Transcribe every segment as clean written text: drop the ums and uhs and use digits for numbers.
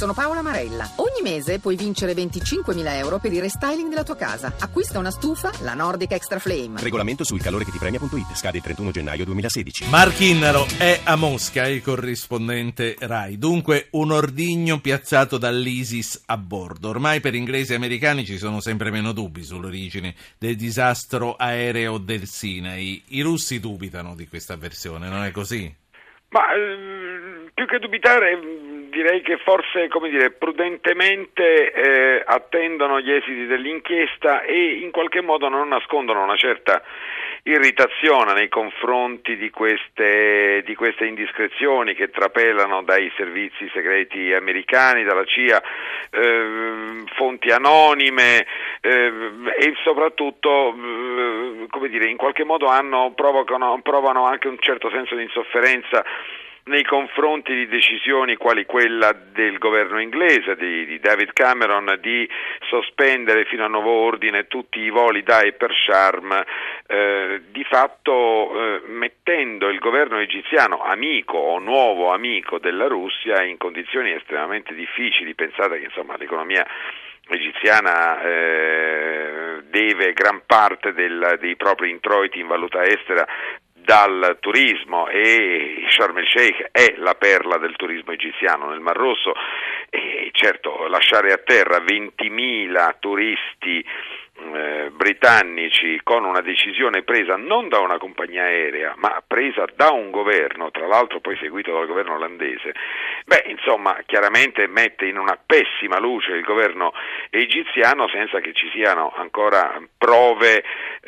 sono Paola Marella. Ogni mese puoi vincere 25.000 euro per il restyling della tua casa. Acquista una stufa, la Nordic Extra Flame. Regolamento sul calore che ti premia.it. Scade il 31 gennaio 2016. Marchinnaro è a Mosca, il corrispondente Rai. Dunque un ordigno piazzato dall'ISIS a bordo. Ormai per inglesi e americani ci sono sempre meno dubbi sull'origine del disastro aereo del Sinai. I russi dubitano di questa versione, non è così? Ma più che dubitare, direi che forse, prudentemente attendono gli esiti dell'inchiesta e in qualche modo non nascondono una certa irritazione nei confronti di queste indiscrezioni che trapelano dai servizi segreti americani, dalla CIA, fonti anonime e soprattutto in qualche modo provano anche un certo senso di insofferenza nei confronti di decisioni quali quella del governo inglese, di David Cameron, di sospendere fino a nuovo ordine tutti i voli da e per Sharm, di fatto mettendo il governo egiziano, amico o nuovo amico della Russia, in condizioni estremamente difficili. Pensate che l'economia egiziana deve gran parte dei propri introiti in valuta estera dal turismo e Sharm el Sheikh è la perla del turismo egiziano nel Mar Rosso e certo lasciare a terra 20.000 turisti britannici con una decisione presa non da una compagnia aerea ma presa da un governo, tra l'altro poi seguito dal governo olandese, chiaramente mette in una pessima luce il governo egiziano senza che ci siano ancora prove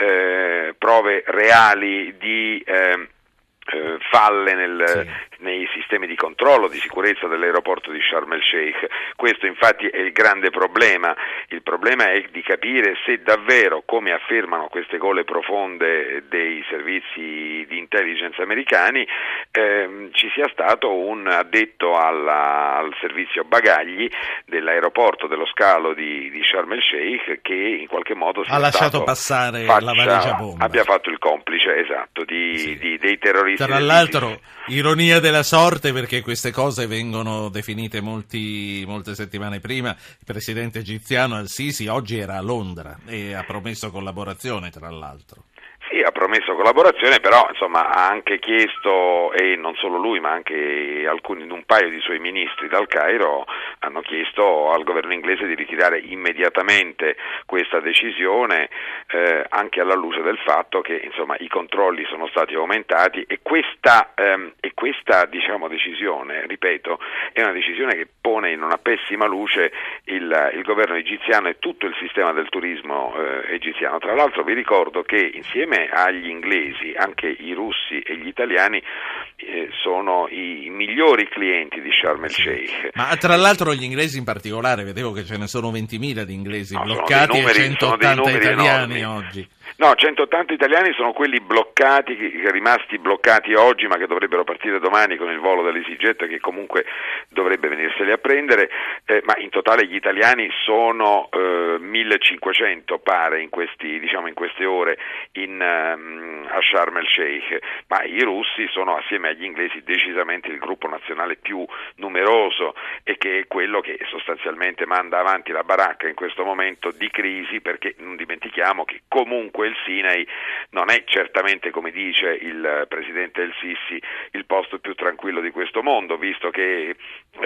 reali di falle nei sistemi di controllo di sicurezza dell'aeroporto di Sharm el Sheikh. Questo infatti è il grande problema. Il problema è di capire se davvero, come affermano queste gole profonde dei servizi di intelligence americani, ci sia stato un addetto al servizio bagagli dell'aeroporto dello scalo di Sharm el Sheikh che in qualche modo ha lasciato passare la valigia bomba, abbia fatto il complice dei terroristi. Tra l'altro, ironia della sorte, perché queste cose vengono definite molte settimane prima. Il presidente egiziano al-Sisi oggi era a Londra e ha promesso collaborazione, tra l'altro. Sì, ha promesso collaborazione, però ha anche chiesto, e non solo lui ma anche un paio di suoi ministri dal Cairo hanno chiesto al governo inglese di ritirare immediatamente questa decisione, anche alla luce del fatto che i controlli sono stati aumentati e questa decisione, ripeto, è una decisione che pone in una pessima luce il governo egiziano e tutto il sistema del turismo egiziano. Tra l'altro vi ricordo che insieme agli inglesi anche i russi e gli italiani sono i migliori clienti di Sharm el Sheikh. Ma tra l'altro gli inglesi in particolare, vedevo che ce ne sono 20.000 di inglesi bloccati e 180 italiani enormi oggi. No, 180 italiani sono quelli bloccati, rimasti bloccati oggi ma che dovrebbero partire domani con il volo dell'EasyJet che comunque dovrebbe venirseli a prendere, ma in totale gli italiani sono 1500 pare in queste ore a Sharm el Sheikh, ma i russi sono assieme agli inglesi decisamente il gruppo nazionale più numeroso e che è quello che sostanzialmente manda avanti la baracca in questo momento di crisi, perché non dimentichiamo che comunque il Sinai non è certamente, come dice il presidente el-Sisi, il posto più tranquillo di questo mondo, visto che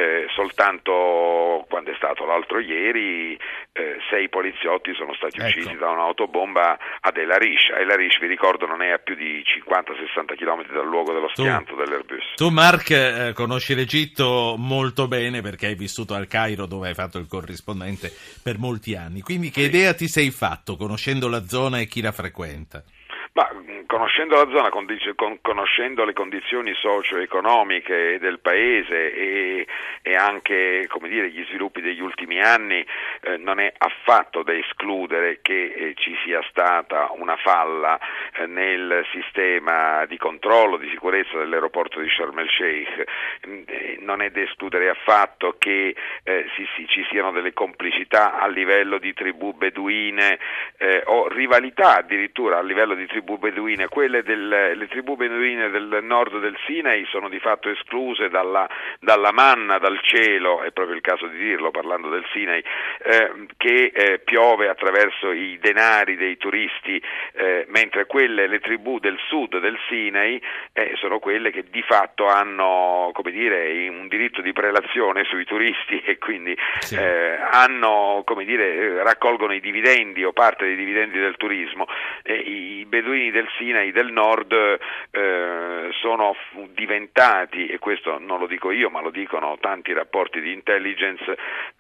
soltanto quando è stato l'altro ieri 6 poliziotti sono stati uccisi da un'autobomba ad El Arish. El Arish, vi ricordo, non è a più di 50-60 km dal luogo dello schianto dell'Airbus. Tu, Mark, conosci l'Egitto molto bene perché hai vissuto al Cairo, dove hai fatto il corrispondente per molti anni. Quindi che idea ti sei fatto, conoscendo la zona e chi la frequenta? Ma conoscendo la zona, conoscendo le condizioni socio-economiche del paese e anche gli sviluppi degli ultimi anni, non è affatto da escludere che ci sia stata una falla nel sistema di controllo, di sicurezza dell'aeroporto di Sharm el Sheikh. Non è da escludere affatto che ci siano delle complicità a livello di tribù beduine o rivalità addirittura a livello di tribù tribù beduine. Le tribù beduine del nord del Sinai sono di fatto escluse dalla manna dal cielo, è proprio il caso di dirlo parlando del Sinai, che piove attraverso i denari dei turisti, mentre le tribù del sud del Sinai sono quelle che di fatto hanno, come dire, un diritto di prelazione sui turisti e quindi hanno, come dire, raccolgono i dividendi o parte dei dividendi del turismo. I beduini del Sinai del nord sono diventati, e questo non lo dico io ma lo dicono tanti rapporti di intelligence,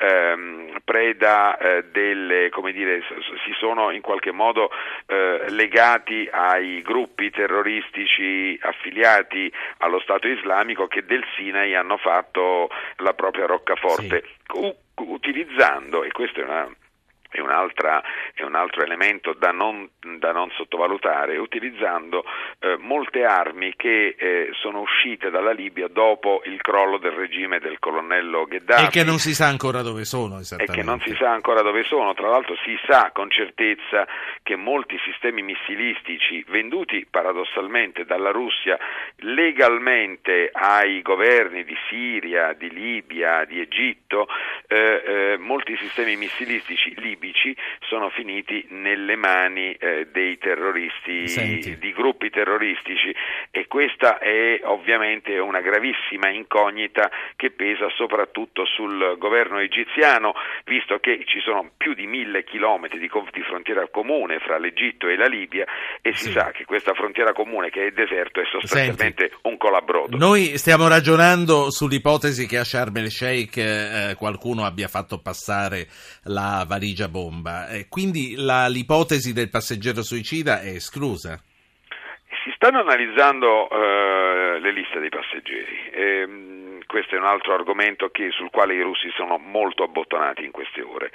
preda delle, come dire, si sono in qualche modo legati ai gruppi terroristici affiliati allo Stato islamico che del Sinai hanno fatto la propria roccaforte, utilizzando, e questo è un altro elemento da non sottovalutare, utilizzando molte armi che sono uscite dalla Libia dopo il crollo del regime del colonnello Gheddafi. E che non si sa ancora dove sono esattamente. Tra l'altro si sa con certezza che molti sistemi missilistici venduti paradossalmente dalla Russia legalmente ai governi di Siria, di Libia, di Egitto, molti sistemi missilistici libici sono finiti nelle mani dei terroristi, di gruppi terroristici, e questa è ovviamente una gravissima incognita che pesa soprattutto sul governo egiziano, visto che ci sono più di 1.000 chilometri di frontiera comune fra l'Egitto e la Libia, e si sa che questa frontiera comune, che è deserto, è sostanzialmente un colabrodo. Noi stiamo ragionando sull'ipotesi che a Sharm el Sheikh qualcuno abbia fatto passare la valigia bomba, quindi l'ipotesi del passeggero suicida è esclusa? Si stanno analizzando le liste dei passeggeri. Questo è un altro argomento sul quale i russi sono molto abbottonati in queste ore.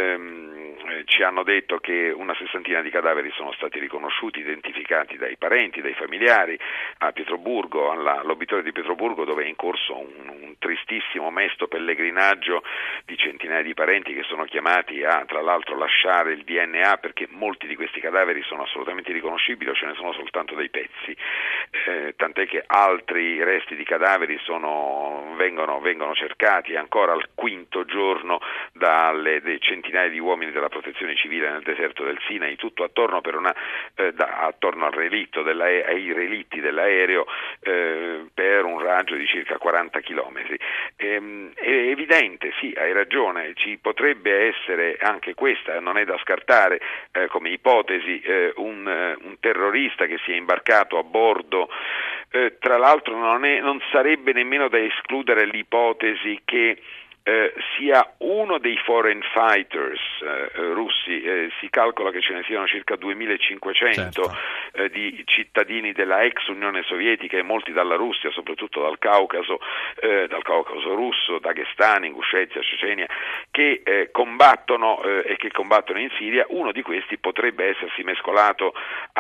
Ci hanno detto che una sessantina di cadaveri sono stati riconosciuti, identificati dai parenti, dai familiari a Pietroburgo, all'obitorio di Pietroburgo, dove è in corso un tristissimo, mesto pellegrinaggio di centinaia di parenti che sono chiamati a, tra l'altro, lasciare il DNA, perché molti di questi cadaveri sono assolutamente riconoscibili o ce ne sono soltanto dei pezzi, tant'è che altri resti di cadaveri vengono cercati ancora al quinto giorno dalle centinaia di uomini della protezione civile nel deserto del Sinai, tutto attorno attorno al relitto ai relitti dell'aereo per un raggio di circa 40 chilometri. È evidente, sì, hai ragione, ci potrebbe essere anche questa, non è da scartare come ipotesi, un terrorista che si è imbarcato a bordo. Tra l'altro non sarebbe nemmeno da escludere l'ipotesi che sia uno dei foreign fighters russi, si calcola che ce ne siano circa 2.500 di cittadini della ex Unione Sovietica e molti dalla Russia, soprattutto dal Caucaso russo, Daghestan, Inguscezia, Cecenia, che combattono e che combattono in Siria. Uno di questi potrebbe essersi mescolato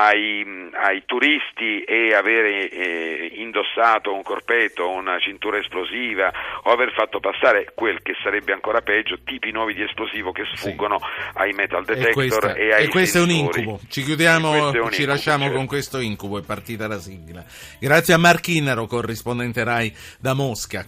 ai turisti e avere indossato un corpetto, una cintura esplosiva, o aver fatto passare quel che sarebbe ancora peggio, tipi nuovi di esplosivo che sfuggono ai metal detector e ai questo sensori. È un incubo. Ci chiudiamo, ci lasciamo con questo incubo, è partita la sigla. Grazie a Mark Innero, corrispondente Rai da Mosca.